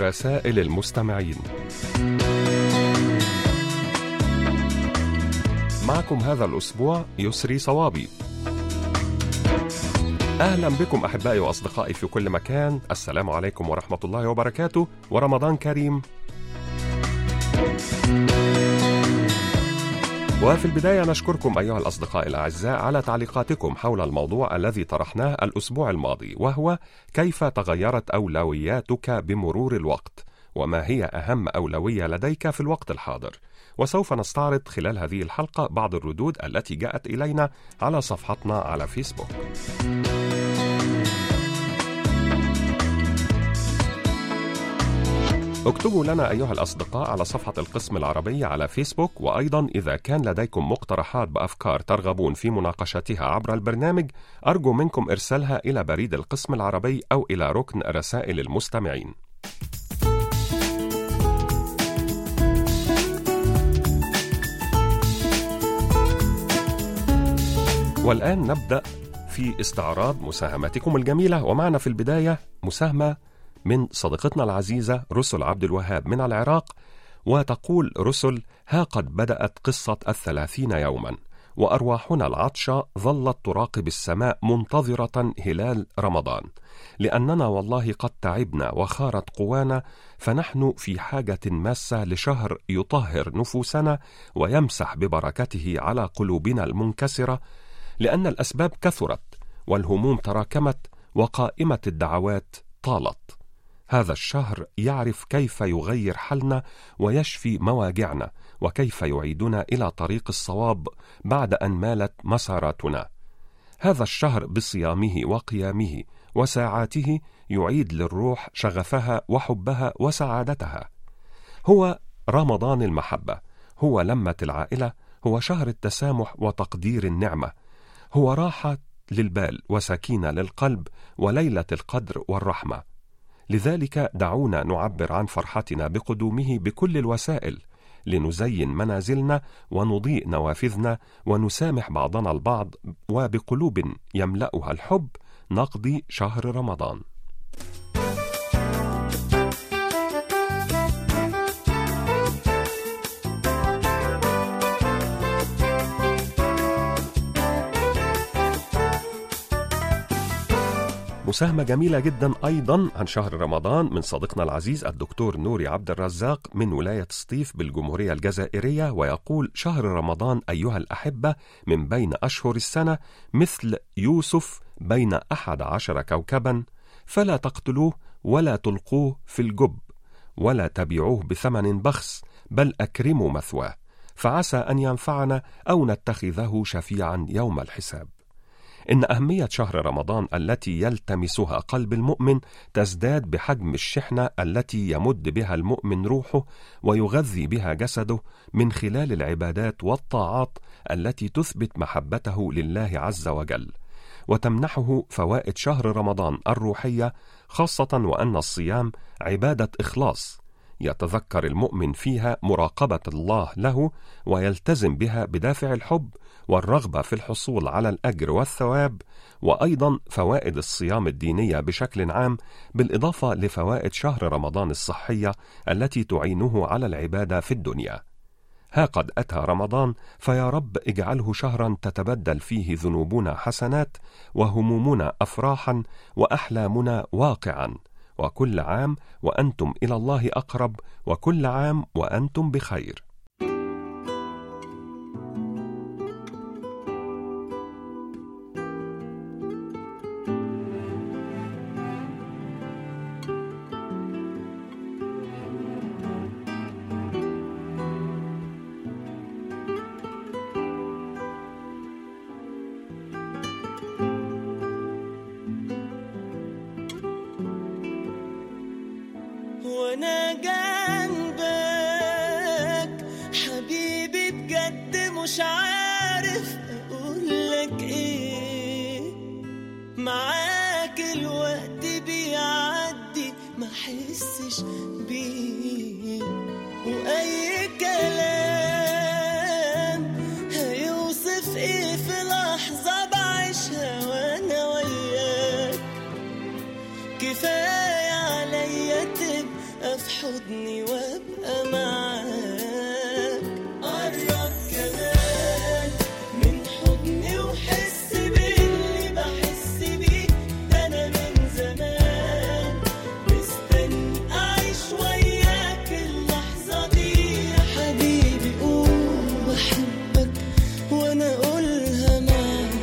رسائل المستمعين. معكم هذا الأسبوع يسري صوابي. أهلا بكم أحبائي وأصدقائي في كل مكان. السلام عليكم ورحمة الله وبركاته، ورمضان كريم. وفي البداية نشكركم أيها الأصدقاء الأعزاء على تعليقاتكم حول الموضوع الذي طرحناه الأسبوع الماضي، وهو كيف تغيرت أولوياتك بمرور الوقت، وما هي أهم أولوية لديك في الوقت الحاضر. وسوف نستعرض خلال هذه الحلقة بعض الردود التي جاءت إلينا على صفحتنا على فيسبوك. اكتبوا لنا أيها الأصدقاء على صفحة القسم العربي على فيسبوك، وأيضا إذا كان لديكم مقترحات بأفكار ترغبون في مناقشتها عبر البرنامج، أرجو منكم إرسالها إلى بريد القسم العربي أو إلى ركن رسائل المستمعين. والآن نبدأ في استعراض مساهماتكم الجميلة، ومعنا في البداية مساهمة من صديقتنا العزيزة رسل عبد الوهاب من العراق، وتقول رسل: ها قد بدأت قصة 30 يوما، وأرواحنا العطشة ظلت تراقب السماء منتظرة هلال رمضان، لأننا والله قد تعبنا وخارت قوانا، فنحن في حاجة ماسة لشهر يطهر نفوسنا ويمسح ببركته على قلوبنا المنكسرة، لأن الأسباب كثرت والهموم تراكمت وقائمة الدعوات طالت. هذا الشهر يعرف كيف يغير حالنا ويشفي مواجعنا، وكيف يعيدنا إلى طريق الصواب بعد أن مالت مساراتنا. هذا الشهر بصيامه وقيامه وساعاته يعيد للروح شغفها وحبها وسعادتها. هو رمضان المحبة، هو لمة العائلة، هو شهر التسامح وتقدير النعمة، هو راحة للبال وسكينة للقلب وليلة القدر والرحمة. لذلك دعونا نعبر عن فرحتنا بقدومه بكل الوسائل، لنزين منازلنا ونضيء نوافذنا ونسامح بعضنا البعض، وبقلوب يملأها الحب نقضي شهر رمضان. مساهمة جميلة جدا أيضا عن شهر رمضان من صديقنا العزيز الدكتور نوري عبد الرزاق من ولاية سطيف بالجمهورية الجزائرية، ويقول: شهر رمضان أيها الأحبة من بين أشهر السنة مثل يوسف بين 11 كوكبا، فلا تقتلوه ولا تلقوه في الجب ولا تبيعوه بثمن بخس، بل أكرموا مثواه، فعسى أن ينفعنا أو نتخذه شفيعا يوم الحساب. إن أهمية شهر رمضان التي يلتمسها قلب المؤمن تزداد بحجم الشحنة التي يمد بها المؤمن روحه ويغذي بها جسده من خلال العبادات والطاعات التي تثبت محبته لله عز وجل، وتمنحه فوائد شهر رمضان الروحية، خاصة وأن الصيام عبادة إخلاص يتذكر المؤمن فيها مراقبة الله له ويلتزم بها بدافع الحب والرغبة في الحصول على الأجر والثواب، وأيضا فوائد الصيام الدينية بشكل عام، بالإضافة لفوائد شهر رمضان الصحية التي تعينه على العبادة في الدنيا. ها قد أتى رمضان، فيا رب اجعله شهرا تتبدل فيه ذنوبنا حسنات وهمومنا أفراحا وأحلامنا واقعا، وكل عام وأنتم إلى الله أقرب، وكل عام وأنتم بخير. وانا جنبك حبيبي بجد مش عارف اقولك ايه، معاك الوقت بيعدي ما حسش بيه، واي كلام هيوصف ايه في لحظة بعيشها وانا وياك، كفاية عليا تبقى حضني وابقى معاك. قرب كمان من حضني وحس باللي بحس بيه، ده انا من زمان مستني اعيش وياك اللحظة دي يا حبيبي. قول بحبك وانا اقولها معاك.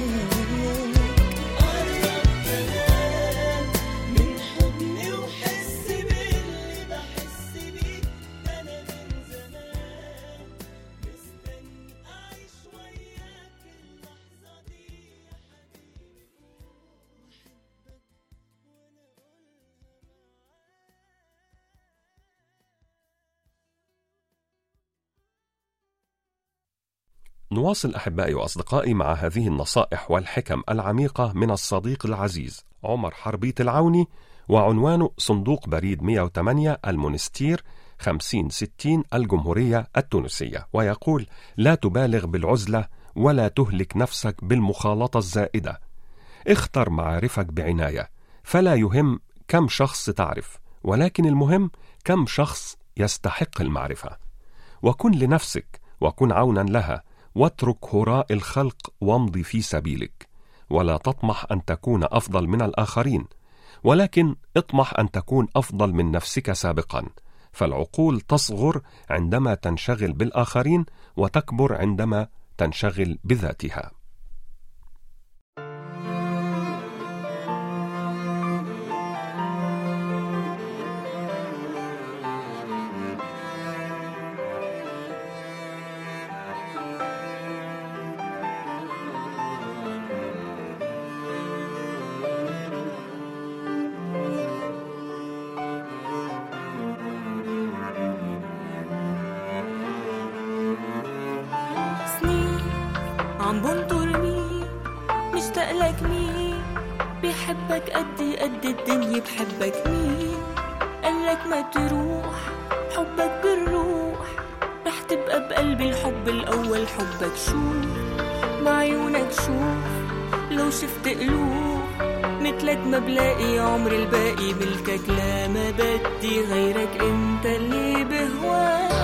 قرب كمان من حضني وحس باللي بحس بيه، ده انا من زمان مستني اعيش وياك اللحظة دي يا حبيبي. بحبك وانا نواصل أحبائي وأصدقائي مع هذه النصائح والحكم العميقة من الصديق العزيز عمر حربيت العوني، وعنوانه صندوق بريد 108 المونستير 5060 الجمهورية التونسية، ويقول: لا تبالغ بالعزلة ولا تهلك نفسك بالمخالطة الزائدة. اختر معارفك بعناية، فلا يهم كم شخص تعرف، ولكن المهم كم شخص يستحق المعرفة. وكن لنفسك وكن عونا لها، واترك هراء الخلق وامضي في سبيلك. ولا تطمح أن تكون أفضل من الآخرين، ولكن اطمح أن تكون أفضل من نفسك سابقا، فالعقول تصغر عندما تنشغل بالآخرين وتكبر عندما تنشغل بذاتها. عم بنطر مين مشتاق لك، مين بيحبك قد الدنيا بحبك، مين قالك ما تروح حبك بالروح، رح تبقى بقلبي الحب الأول حبك. شوف مع عيونك شوف، لو شفت قلوب مثلك ما بلاقي، عمر الباقي ملكك، لا ما بدي غيرك، انت اللي بهواك.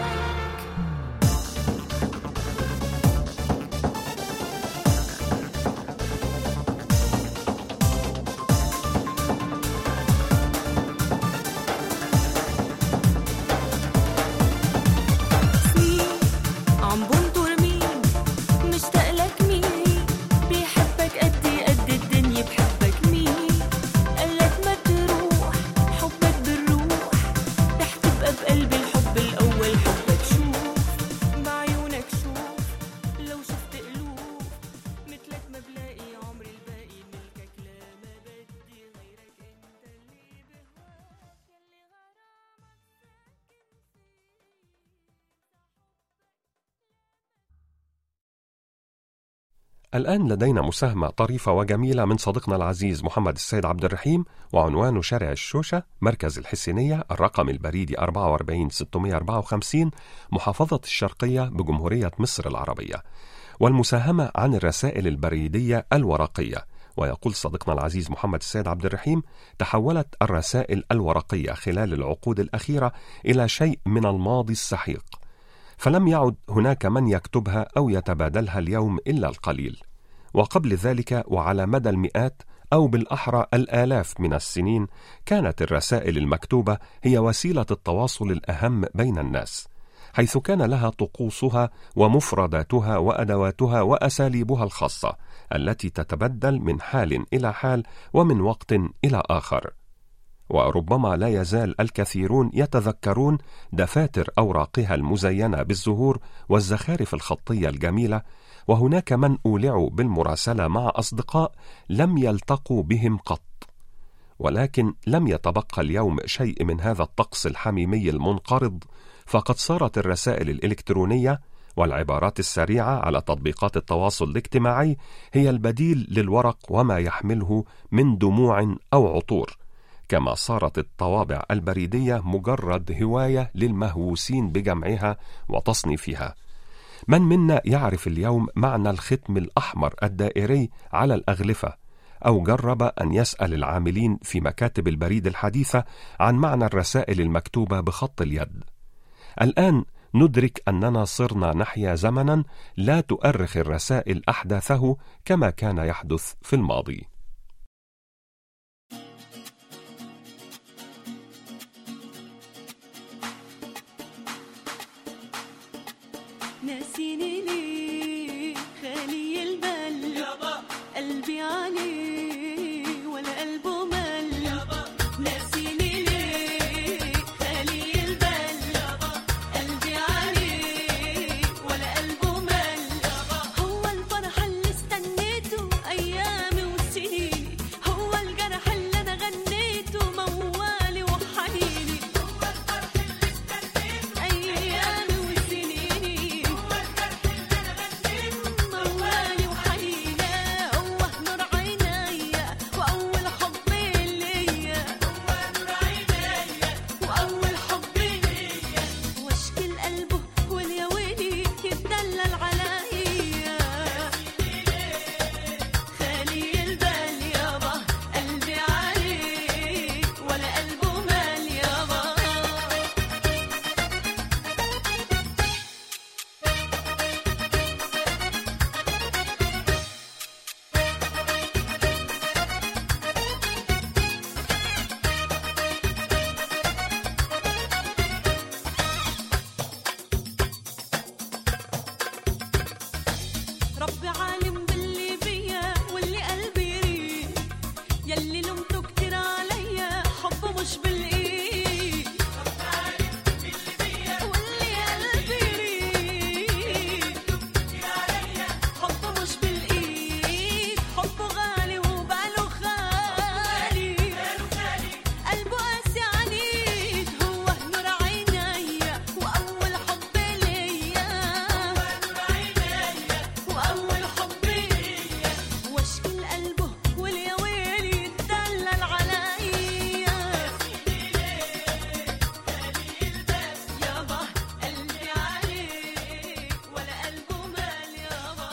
الآن لدينا مساهمة طريفة وجميلة من صديقنا العزيز محمد السيد عبد الرحيم، وعنوان شارع الشوشة، مركز الحسينية، الرقم البريدي 44654 محافظة الشرقية بجمهورية مصر العربية، والمساهمة عن الرسائل البريدية الورقية. ويقول صديقنا العزيز محمد السيد عبد الرحيم: تحولت الرسائل الورقية خلال العقود الأخيرة إلى شيء من الماضي السحيق، فلم يعد هناك من يكتبها أو يتبادلها اليوم إلا القليل. وقبل ذلك وعلى مدى المئات أو بالأحرى الآلاف من السنين كانت الرسائل المكتوبة هي وسيلة التواصل الأهم بين الناس، حيث كان لها طقوسها ومفرداتها وأدواتها وأساليبها الخاصة التي تتبدل من حال إلى حال ومن وقت إلى آخر. وربما لا يزال الكثيرون يتذكرون دفاتر أوراقها المزينة بالزهور والزخارف الخطية الجميلة، وهناك من أولعوا بالمراسلة مع أصدقاء لم يلتقوا بهم قط. ولكن لم يتبقى اليوم شيء من هذا الطقس الحميمي المنقرض، فقد صارت الرسائل الإلكترونية والعبارات السريعة على تطبيقات التواصل الاجتماعي هي البديل للورق وما يحمله من دموع أو عطور، كما صارت الطوابع البريدية مجرد هواية للمهووسين بجمعها وتصنيفها. من منا يعرف اليوم معنى الختم الأحمر الدائري على الأغلفة أو جرب أن يسأل العاملين في مكاتب البريد الحديثة عن معنى الرسائل المكتوبة بخط اليد. الآن ندرك أننا صرنا نحيا زمنا لا تؤرخ الرسائل أحداثه كما كان يحدث في الماضي. ناسيني ليه خالي البال قلبي عليه ولا قلبه مال. ناسيني ليه خالي البال قلبي عليه ولا قلبه مال. هو الفرح اللي استنيته أيامي وسنين، هو الجرح اللي أنا غنيته موالي وحنيني. هو الفرح اللي استنيته أيامي وسنين، هو الجرح اللي أنا غنيته موالي وحنيني. هو نور عينيا وأول حب ليا، هو نور عينيا وأول حب ليا. واشكي لقلبه واليا ويلي يتدلل عليا. خالي البال يابا قلبي عليه ولا قلبه مال يابا. ربي عالم باللي بيا واللي قلبي يريد، يلي لومته كتير عليا حبه مش بالايد. ربي عالم باللي بيا واللي قلبي يريد، كتير عليا حبه مش بالايد. حبه غالي وباله خالي، قلبه قاسي عنيد. هو نور عينيا وأول حب ليا، نور عينيا وأول حب ليا. واشكي لقلبه واليا ويلي يتدلل عليا. يابا قلبي عليه ولا قلبه مال يابا.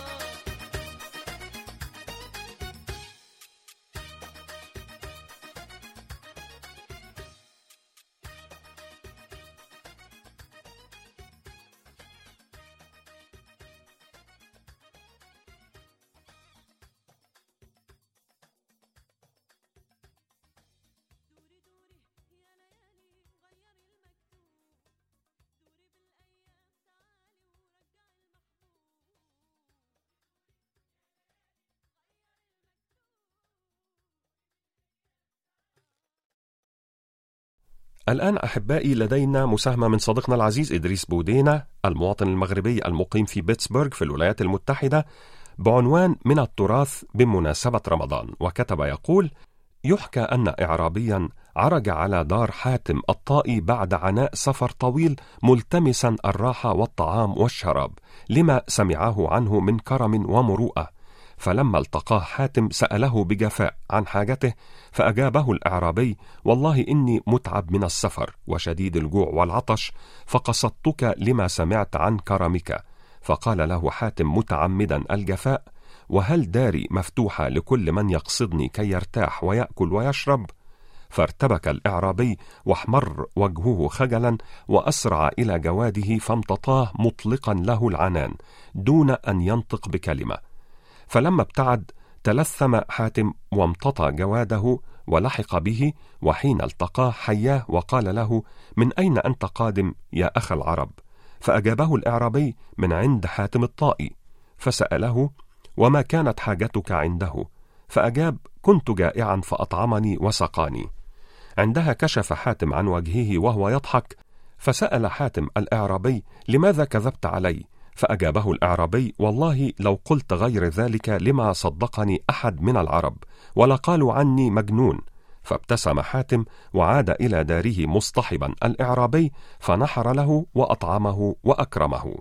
الآن أحبائي لدينا مساهمة من صديقنا العزيز إدريس بودينة المواطن المغربي المقيم في بيتسبرغ في الولايات المتحدة بعنوان من التراث بمناسبة رمضان، وكتب يقول: يحكى أن إعرابيا عرج على دار حاتم الطائي بعد عناء سفر طويل ملتمسا الراحة والطعام والشراب لما سمعه عنه من كرم ومروءة، فلما التقاه حاتم سأله بجفاء عن حاجته، فأجابه الأعرابي: والله إني متعب من السفر وشديد الجوع والعطش، فقصدتك لما سمعت عن كرمك. فقال له حاتم متعمدا الجفاء: وهل داري مفتوحة لكل من يقصدني كي يرتاح ويأكل ويشرب؟ فارتبك الإعرابي واحمر وجهه خجلا، وأسرع إلى جواده فامتطاه مطلقا له العنان دون أن ينطق بكلمة. فلما ابتعد تلثم حاتم وامتطى جواده ولحق به، وحين التقاه حياه وقال له: من أين أنت قادم يا أخ العرب؟ فأجابه الإعرابي: من عند حاتم الطائي. فسأله: وما كانت حاجتك عنده؟ فأجاب: كنت جائعا فأطعمني وسقاني. عندها كشف حاتم عن وجهه وهو يضحك، فسأل حاتم الإعرابي: لماذا كذبت علي؟ فأجابه الإعرابي: والله لو قلت غير ذلك لما صدقني أحد من العرب، ولقالوا عني مجنون. فابتسم حاتم وعاد إلى داره مصطحبا الإعرابي، فنحر له وأطعمه وأكرمه.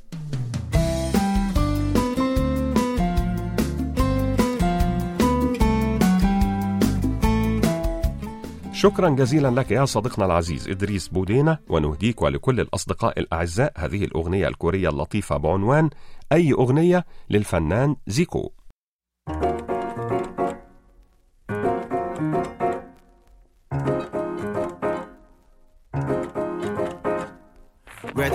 شكرا جزيلا لك يا صديقنا العزيز إدريس بودينة، ونهديك ولكل الأصدقاء الأعزاء هذه الأغنية الكورية اللطيفة بعنوان أي أغنية للفنان زيكو.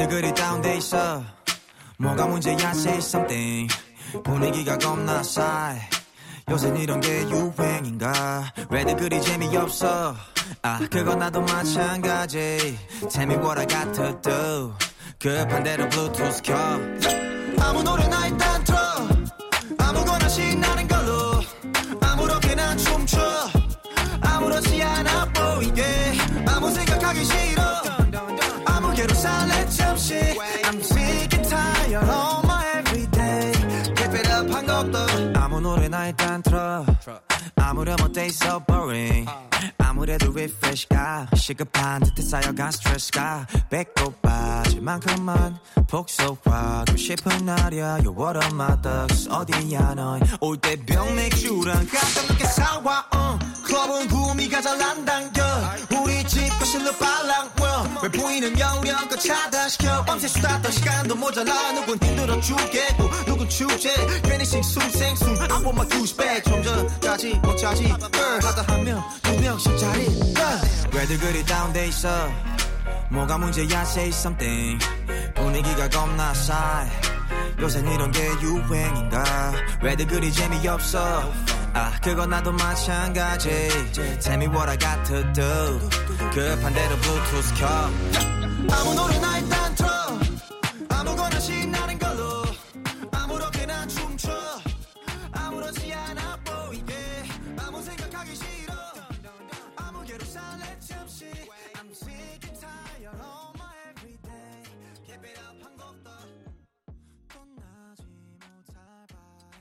왜들 그리 다운돼 있어 뭐가 문제야 say something 분위기가 겁나 싸해 요샌 이런 게 유행인가 왜들 그리 재미없어 그건 나도 마찬가지 Tell me what I got to do 급한 대로 블루투스 켜 아무 노래나 일단 틀어 아무거나 신나는 걸로 아무렇게나 춤춰 아무렇지 않아 보이게 아무 생각하기 싫어 아무개로 살래 잠시 I'm sick and tired of my everyday Keep it up 한 것도 아무 노래나 일단 틀어 아무렴 어때 so boring 아무래도 refresh가 시급한 듯해 쌓여간 스트레스가 배꼽 빠질 만큼만 폭소하고 싶은 날이야 You're one of my thugs 어디야 넌 올 때 병맥주랑 깜짝 늦게 사와 클럽은 구미가 잘 안 당겨 우리 집 거실로 빨랑 왜 보이는 여우령껏 차단시켜 밤새 수다 떨 시간도 모자라 누군 힘들어 죽겠고 누군 축제 괜히 싱숭생숭 I want my douchebag 좀 전까지 못 자지 하다 한 명 두 명씩 자리 왜들 그리 다운돼 있어 뭐가 문제야 say something 분위기가 겁나 싸해 요샌 이런 게 유행인가 왜들 그리 재미없어 그건 나도 마찬가지 Tell me what I got to do 급한 대로 블루투스 켜 아무 노래나 일단 틀어 아무거나 신나는 걸로 아무렇게나 춤춰 아무렇지 않아 보이게 아무 생각하기 싫어 아무개로 살래 잠시 I'm sick and tired of my everyday Keep it up 한 곡도 떠나지 못할 바에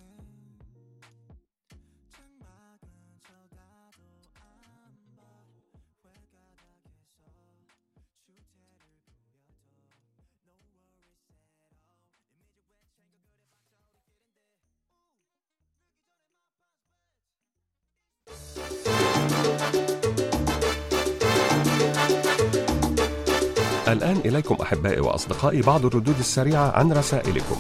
창밖은 쳐다도 안봐 외가닥에서 주태를 부려도 No worries at all 이미지 왜 챙겨 الآن إليكم أحبائي وأصدقائي بعض الردود السريعة عن رسائلكم.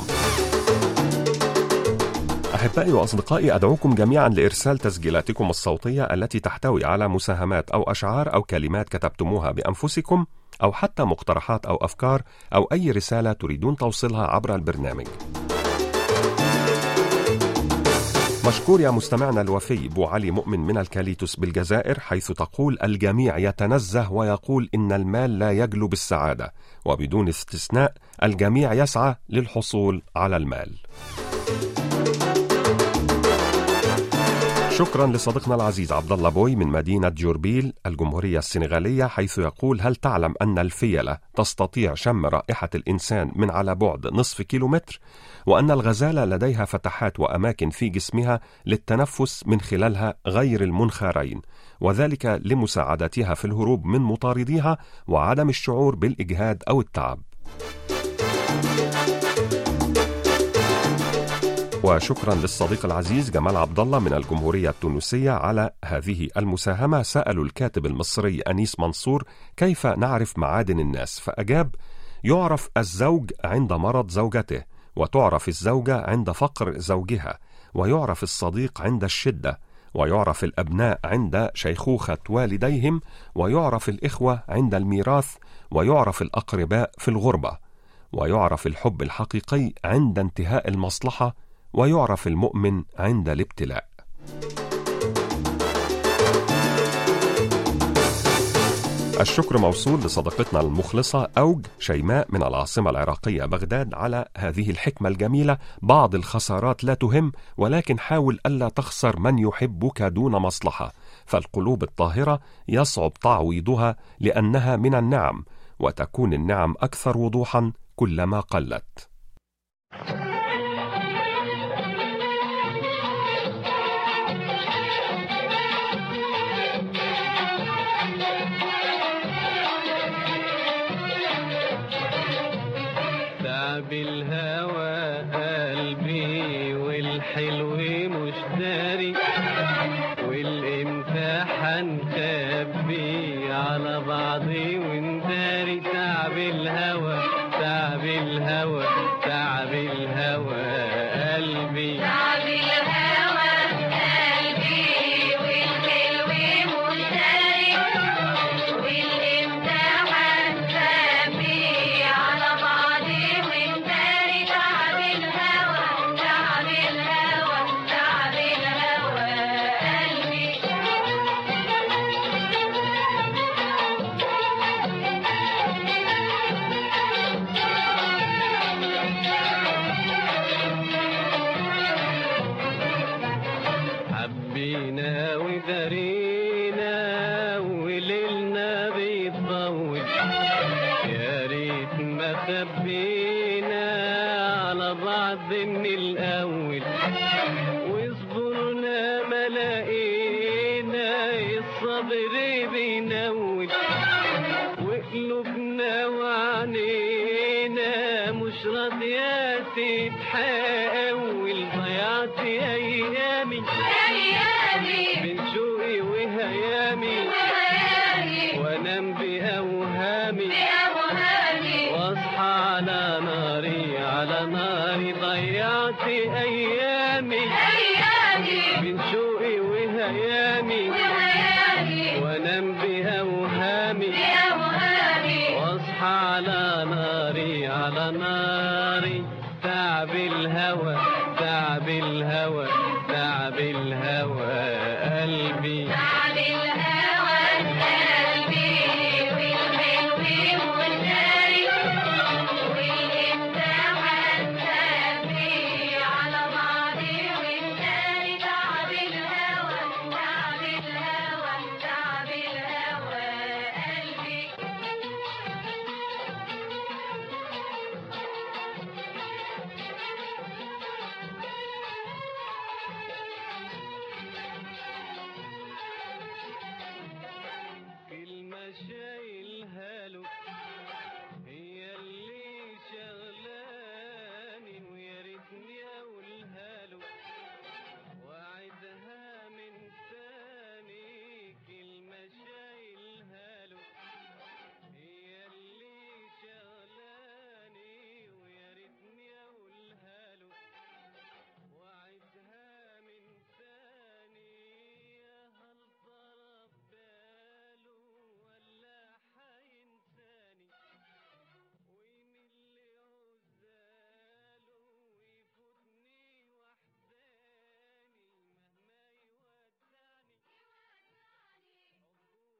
أحبائي وأصدقائي أدعوكم جميعا لإرسال تسجيلاتكم الصوتية التي تحتوي على مساهمات أو أشعار أو كلمات كتبتموها بأنفسكم أو حتى مقترحات أو أفكار أو أي رسالة تريدون توصيلها عبر البرنامج. مشكور يا مستمعنا الوفي بو علي مؤمن من الكاليتوس بالجزائر، حيث تقول الجميع يتنزه ويقول إن المال لا يجلب السعادة، وبدون استثناء الجميع يسعى للحصول على المال. شكرا لصديقنا العزيز عبد الله بوي من مدينة جوربيل الجمهورية السنغالية، حيث يقول: هل تعلم أن الفيلة تستطيع شم رائحة الإنسان من على بعد نصف كيلومتر، وأن الغزالة لديها فتحات وأماكن في جسمها للتنفس من خلالها غير المنخارين، وذلك لمساعدتها في الهروب من مطارديها وعدم الشعور بالإجهاد أو التعب. وشكرا للصديق العزيز جمال عبد الله من الجمهورية التونسية على هذه المساهمة. سألوا الكاتب المصري أنيس منصور كيف نعرف معادن الناس، فأجاب: يعرف الزوج عند مرض زوجته، وتعرف الزوجة عند فقر زوجها، ويعرف الصديق عند الشدة، ويعرف الأبناء عند شيخوخة والديهم، ويعرف الإخوة عند الميراث، ويعرف الأقرباء في الغربة، ويعرف الحب الحقيقي عند انتهاء المصلحة، ويعرف المؤمن عند الابتلاء. الشكر موصول لصديقتنا المخلصة أوج شيماء من العاصمة العراقية بغداد على هذه الحكمة الجميلة: بعض الخسارات لا تهم، ولكن حاول ألا تخسر من يحبك دون مصلحة، فالقلوب الطاهرة يصعب تعويضها لأنها من النعم، وتكون النعم أكثر وضوحا كلما قلت. بالهوى قلبي والحلو مش داري، والامتحان خبي على بعضي ونداري. تعب الهوى تعب الهوى تعب الهوى قلبي، تعب الهوى قلبي والحلو مش داري، والامتحان خبي على بعضي صبري بينول وقلوبنا وعنينا مش راضية تتحول. ضيعت أيامي بين شوقي وهيامي وأنام بأوهامي واصحى على ناري على ناري. ضيعت أيامي بين شوقي وهيامي وأنام بأوهامي واصحى على ناري على ناري. تعب الهوى تعب الهوى تعب الهوى قلبي تعب الهوى قلبي والحلو والناري والامتحان سابي على بعضي والناري. تعب الهوى تعب الهوى تعب الهوى قلبي. كلمة شايلها له هي اللي شغلاني ويا ريتني اقولها له واعدها من تاني. كلمة شايلها له هي اللي شغلاني ويا ريتني اقولها له واعدها من تاني. يا هل ضرب باله ولا حينساني ويميل لعزاله ويفوتني وحداني مهما يودعني. حبه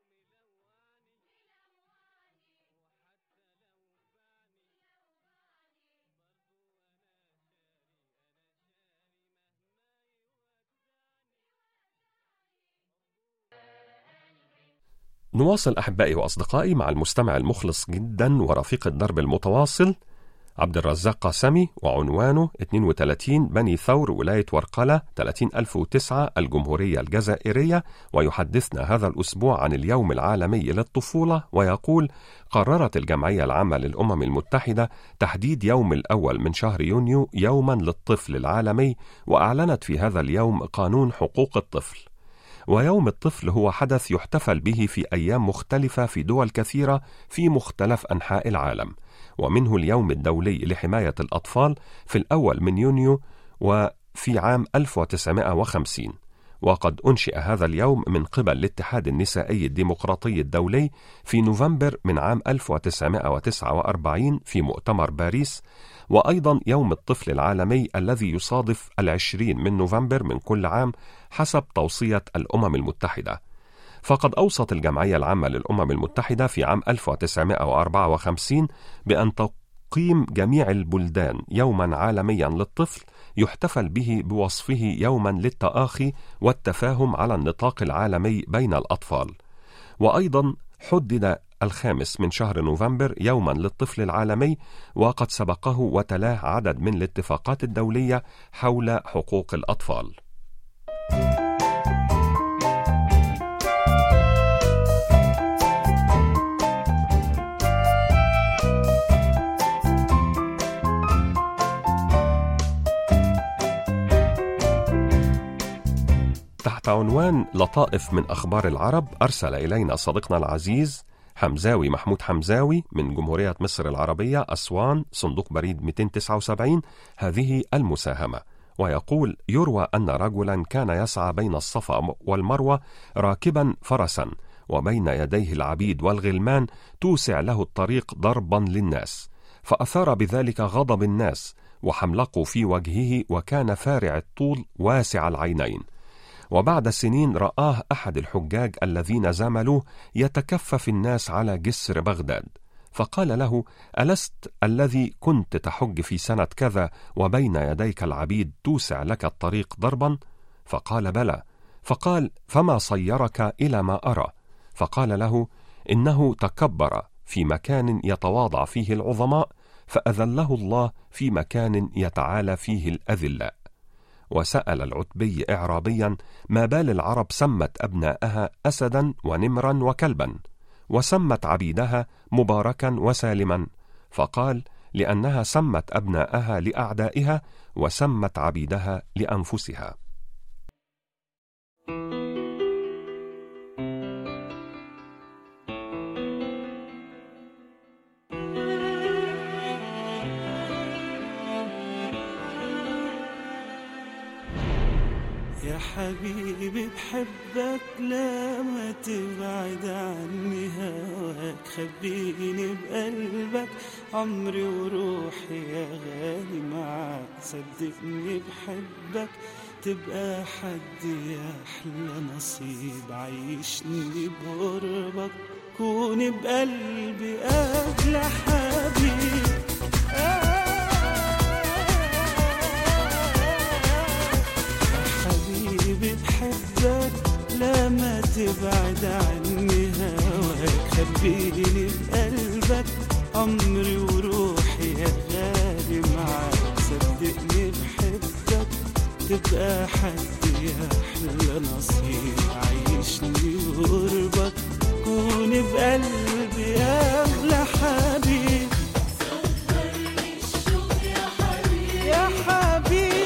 نواصل أحبائي وأصدقائي مع المستمع المخلص جدا ورفيق الدرب المتواصل عبد الرزاق قاسمي، وعنوانه 32 بني ثور ولاية ورقلة 30009 الجمهورية الجزائرية، ويحدثنا هذا الأسبوع عن اليوم العالمي للطفولة. ويقول: قررت الجمعية العامة للأمم المتحدة تحديد يوم الأول من شهر يونيو يوما للطفل العالمي، وأعلنت في هذا اليوم قانون حقوق الطفل. ويوم الطفل هو حدث يحتفل به في أيام مختلفة في دول كثيرة في مختلف أنحاء العالم، ومنه اليوم الدولي لحماية الأطفال في الأول من يونيو وفي عام 1950. وقد أنشئ هذا اليوم من قبل الاتحاد النسائي الديمقراطي الدولي في نوفمبر من عام 1949 في مؤتمر باريس. وأيضا يوم الطفل العالمي الذي يصادف 20 من نوفمبر من كل عام حسب توصية الأمم المتحدة. فقد أوصت الجمعية العامة للأمم المتحدة في عام 1954 بأن تقيم جميع البلدان يوما عالميا للطفل يحتفل به بوصفه يوما للتآخي والتفاهم على النطاق العالمي بين الأطفال. وأيضا حدد 5 من شهر نوفمبر يوما للطفل العالمي، وقد سبقه وتلاه عدد من الاتفاقات الدولية حول حقوق الأطفال. تحت عنوان لطائف من أخبار العرب، أرسل إلينا صديقنا العزيز حمزاوي محمود حمزاوي من جمهورية مصر العربية أسوان، صندوق بريد 279، هذه المساهمة. ويقول: يروى أن رجلا كان يسعى بين الصفا والمروة راكبا فرسا، وبين يديه العبيد والغلمان توسع له الطريق ضربا للناس، فأثار بذلك غضب الناس وحملقوا في وجهه، وكان فارع الطول واسع العينين. وبعد سنين رآه أحد الحجاج الذين زاملوه يتكفف الناس على جسر بغداد، فقال له: ألست الذي كنت تحج في سنة كذا وبين يديك العبيد توسع لك الطريق ضربا؟ فقال: بلى. فقال: فما صيرك إلى ما أرى؟ فقال له: إنه تكبر في مكان يتواضع فيه العظماء، فأذله الله في مكان يتعالى فيه الأذلاء. وسأل العتبي إعرابيا: ما بال العرب سمت أبناءها أسدا ونمرا وكلبا، وسمت عبيدها مباركا وسالما؟ فقال: لأنها سمت أبناءها لأعدائها، وسمت عبيدها لأنفسها. يا حبيبي بحبك لا ما تبعد عني هواك، خبيني بقلبك عمري وروحي يا غالي معاك، صدقني بحبك تبقى حدي يا أحلى نصيب، عيشني بقربك كوني بقلبي أغلى حبيب. حبيبي بحبك لا ما تبعد عني هواك، خبيني بقلبك عمري وروحي يا غالي معاك، صدقني بحبك تبقى حدي يا أحلى نصيب، عيشني بقربك كوني بقلبي يا أغلى حبيب. صدرني الشوق يا حبيبي يا حبيبي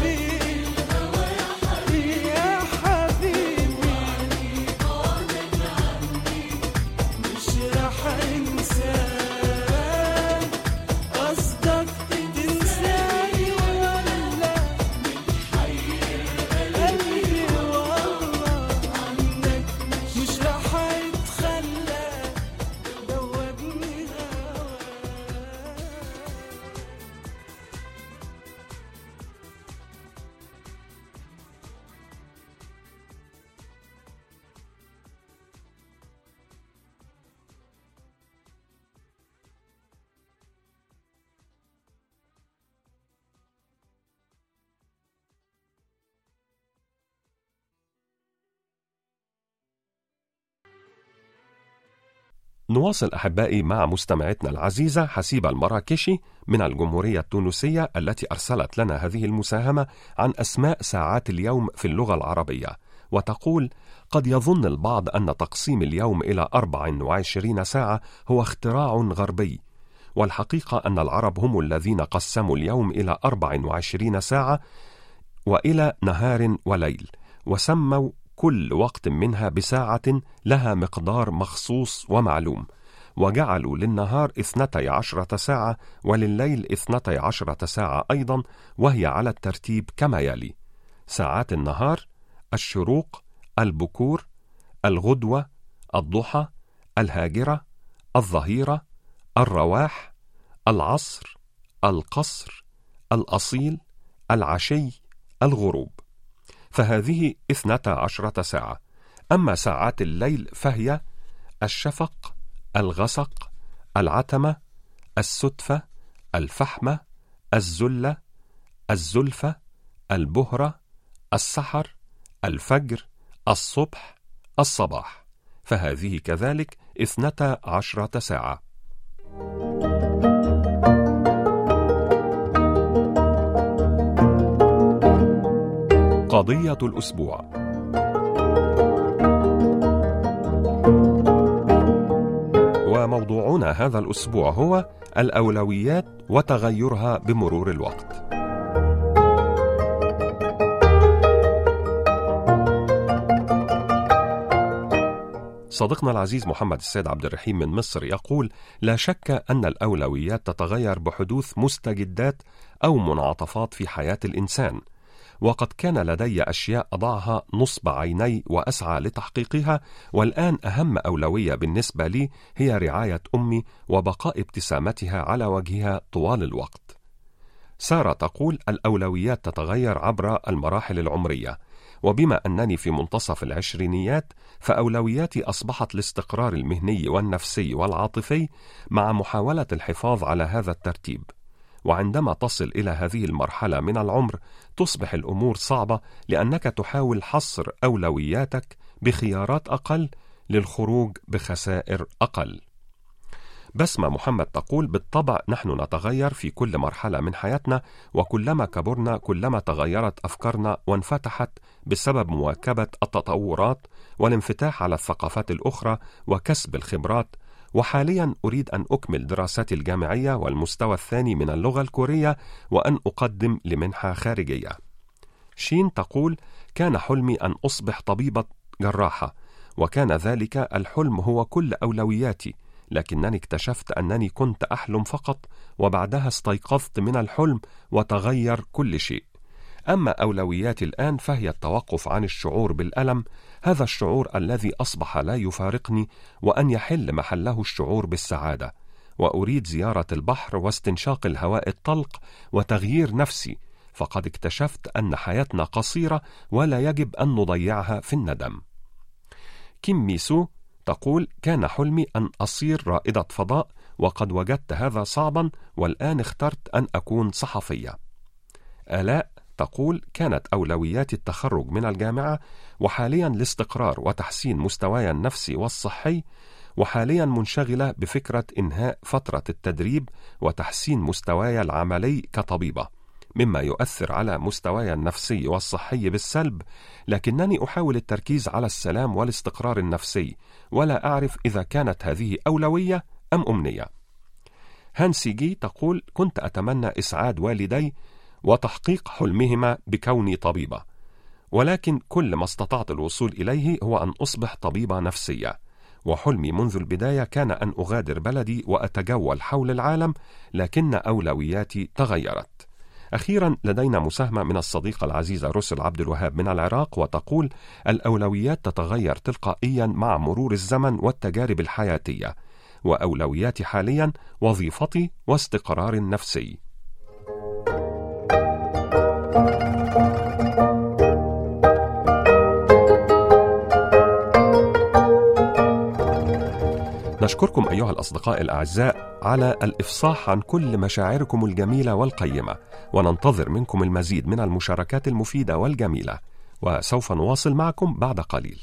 نواصل أحبائي مع مستمعتنا العزيزة حسيبة المراكشي من الجمهورية التونسية، التي أرسلت لنا هذه المساهمة عن أسماء ساعات اليوم في اللغة العربية، وتقول: قد يظن البعض أن تقسيم اليوم إلى 24 ساعة هو اختراع غربي، والحقيقة أن العرب هم الذين قسموا اليوم إلى 24 ساعة وإلى نهار وليل، وسموا كل وقت منها بساعة لها مقدار مخصوص ومعلوم، وجعلوا للنهار 12 ساعة ولليل 12 ساعة أيضا، وهي على الترتيب كما يلي: ساعات النهار: الشروق، البكور، الغدوة، الضحى، الهاجرة، الظهيرة، الرواح، العصر، القصر، الأصيل، العشي، الغروب. فهذه 12 ساعة. أما ساعات الليل فهي: الشفق، الغسق، العتمة، السدفة، الفحمة، الزلة، الزلفة، البهرة، السحر، الفجر، الصبح، الصباح. فهذه كذلك 12 ساعة. قضية الأسبوع. وموضوعنا هذا الأسبوع هو الأولويات وتغيرها بمرور الوقت. صديقنا العزيز محمد السيد عبد الرحيم من مصر يقول: لا شك أن الأولويات تتغير بحدوث مستجدات أو منعطفات في حياة الإنسان، وقد كان لدي أشياء أضعها نصب عيني وأسعى لتحقيقها، والآن أهم أولوية بالنسبة لي هي رعاية أمي وبقاء ابتسامتها على وجهها طوال الوقت. سارة تقول: الأولويات تتغير عبر المراحل العمرية، وبما أنني في منتصف العشرينيات فأولوياتي أصبحت الاستقرار المهني والنفسي والعاطفي مع محاولة الحفاظ على هذا الترتيب. وعندما تصل إلى هذه المرحلة من العمر تصبح الأمور صعبة، لأنك تحاول حصر أولوياتك بخيارات أقل للخروج بخسائر أقل. بسمة محمد تقول: بالطبع نحن نتغير في كل مرحلة من حياتنا، وكلما كبرنا كلما تغيرت أفكارنا وانفتحت بسبب مواكبة التطورات والانفتاح على الثقافات الأخرى وكسب الخبرات. وحاليا أريد أن أكمل دراساتي الجامعية والمستوى الثاني من اللغة الكورية وأن أقدم لمنحة خارجية. شين تقول: كان حلمي أن أصبح طبيبة جراحة، وكان ذلك الحلم هو كل أولوياتي، لكنني اكتشفت أنني كنت أحلم فقط، وبعدها استيقظت من الحلم وتغير كل شيء. أما أولوياتي الآن فهي التوقف عن الشعور بالألم، هذا الشعور الذي أصبح لا يفارقني، وأن يحل محله الشعور بالسعادة. وأريد زيارة البحر واستنشاق الهواء الطلق وتغيير نفسي، فقد اكتشفت أن حياتنا قصيرة ولا يجب أن نضيعها في الندم. كيم ميسو تقول: كان حلمي أن أصير رائدة فضاء، وقد وجدت هذا صعبا، والآن اخترت أن أكون صحفية. آلاء تقول: كانت أولوياتي التخرج من الجامعة، وحاليا الاستقرار وتحسين مستواي النفسي والصحي، وحاليا منشغلة بفكرة إنهاء فترة التدريب وتحسين مستواي العملي كطبيبة، مما يؤثر على مستواي النفسي والصحي بالسلب، لكنني أحاول التركيز على السلام والاستقرار النفسي، ولا أعرف إذا كانت هذه أولوية أم أمنية. هانسيجي تقول: كنت أتمنى إسعاد والدي وتحقيق حلمهما بكوني طبيبة، ولكن كل ما استطعت الوصول إليه هو أن أصبح طبيبة نفسية، وحلمي منذ البداية كان أن أغادر بلدي وأتجول حول العالم، لكن أولوياتي تغيرت. أخيرا لدينا مساهمة من الصديقة العزيزة رسل عبد الوهاب من العراق، وتقول: الأولويات تتغير تلقائيا مع مرور الزمن والتجارب الحياتية، وأولوياتي حاليا وظيفتي واستقرار نفسي. نشكركم أيها الأصدقاء الأعزاء على الإفصاح عن كل مشاعركم الجميلة والقيمة، وننتظر منكم المزيد من المشاركات المفيدة والجميلة، وسوف نواصل معكم بعد قليل.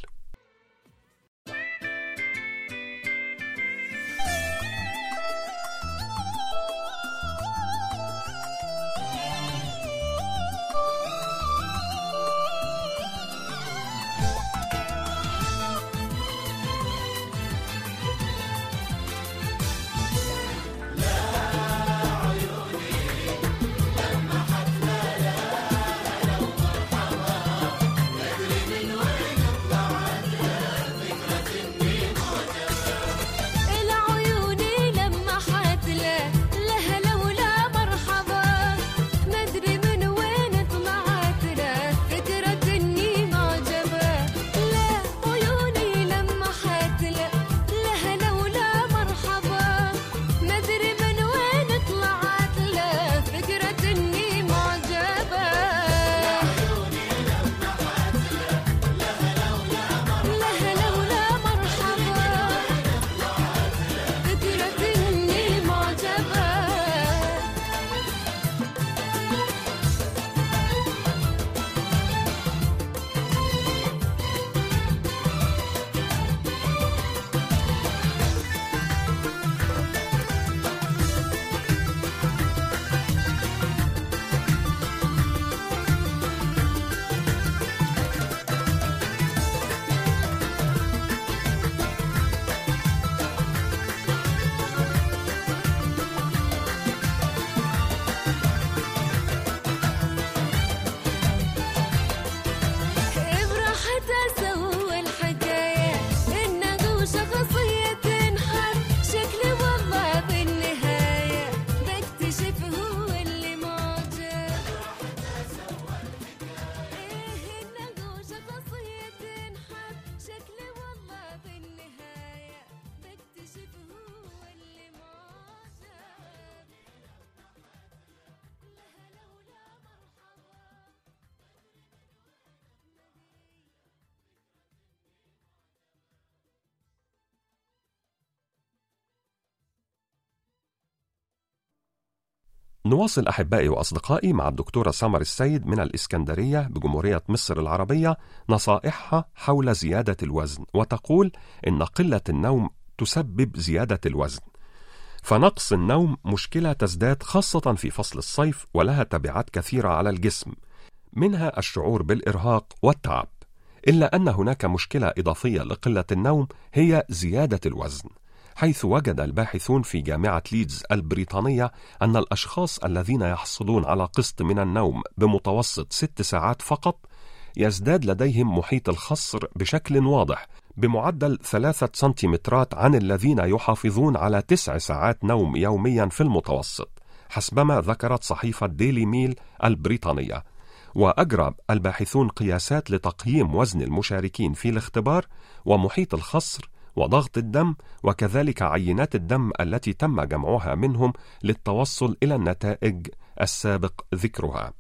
نواصل أحبائي وأصدقائي مع الدكتورة سمر السيد من الإسكندرية بجمهورية مصر العربية نصائحها حول زيادة الوزن، وتقول إن قلة النوم تسبب زيادة الوزن. فنقص النوم مشكلة تزداد خاصة في فصل الصيف، ولها تبعات كثيرة على الجسم، منها الشعور بالإرهاق والتعب. إلا أن هناك مشكلة إضافية لقلة النوم هي زيادة الوزن، حيث وجد الباحثون في جامعة ليدز البريطانية أن الأشخاص الذين يحصلون على قسط من النوم بمتوسط 6 ساعات فقط يزداد لديهم محيط الخصر بشكل واضح بمعدل 3 سنتيمترات عن الذين يحافظون على 9 ساعات نوم يوميا في المتوسط، حسبما ذكرت صحيفة ديلي ميل البريطانية. وأجرى الباحثون قياسات لتقييم وزن المشاركين في الاختبار ومحيط الخصر وضغط الدم، وكذلك عينات الدم التي تم جمعها منهم للتوصل إلى النتائج السابق ذكرها.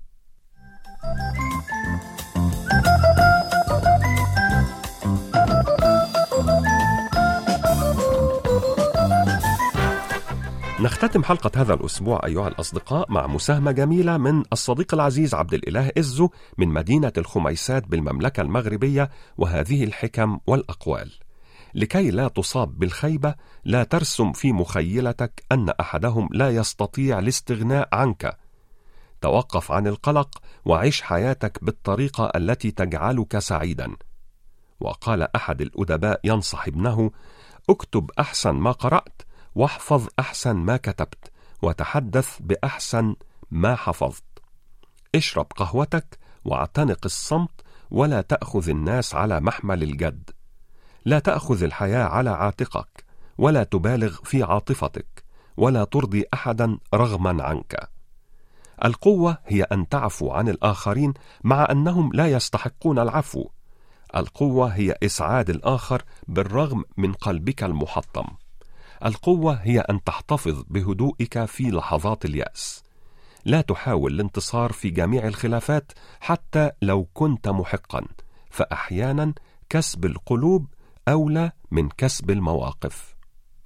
نختتم حلقة هذا الأسبوع أيها الأصدقاء مع مساهمة جميلة من الصديق العزيز عبد الإله إزو من مدينة الخميسات بالمملكة المغربية، وهذه الحكم والأقوال: لكي لا تصاب بالخيبة لا ترسم في مخيلتك أن أحدهم لا يستطيع الاستغناء عنك. توقف عن القلق وعيش حياتك بالطريقة التي تجعلك سعيدا. وقال أحد الأدباء ينصح ابنه: اكتب أحسن ما قرأت، واحفظ أحسن ما كتبت، وتحدث بأحسن ما حفظت. اشرب قهوتك واعتنق الصمت، ولا تأخذ الناس على محمل الجد. لا تأخذ الحياة على عاتقك، ولا تبالغ في عاطفتك، ولا ترضي أحدا رغما عنك. القوة هي أن تعفو عن الآخرين مع أنهم لا يستحقون العفو. القوة هي إسعاد الآخر بالرغم من قلبك المحطم. القوة هي أن تحتفظ بهدوئك في لحظات اليأس. لا تحاول الانتصار في جميع الخلافات حتى لو كنت محقا، فأحيانا كسب القلوب أولى من كسب المواقف.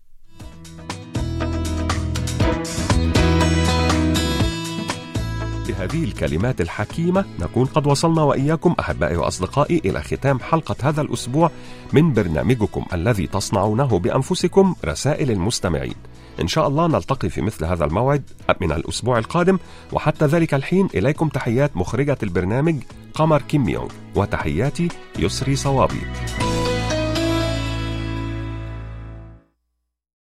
بهذه الكلمات الحكيمة نكون قد وصلنا وإياكم أحبائي وأصدقائي إلى ختام حلقة هذا الأسبوع من برنامجكم الذي تصنعونه بأنفسكم، رسائل المستمعين. إن شاء الله نلتقي في مثل هذا الموعد من الأسبوع القادم، وحتى ذلك الحين إليكم تحيات مخرجة البرنامج قمر كيم يونغ، وتحياتي يسري صوابي.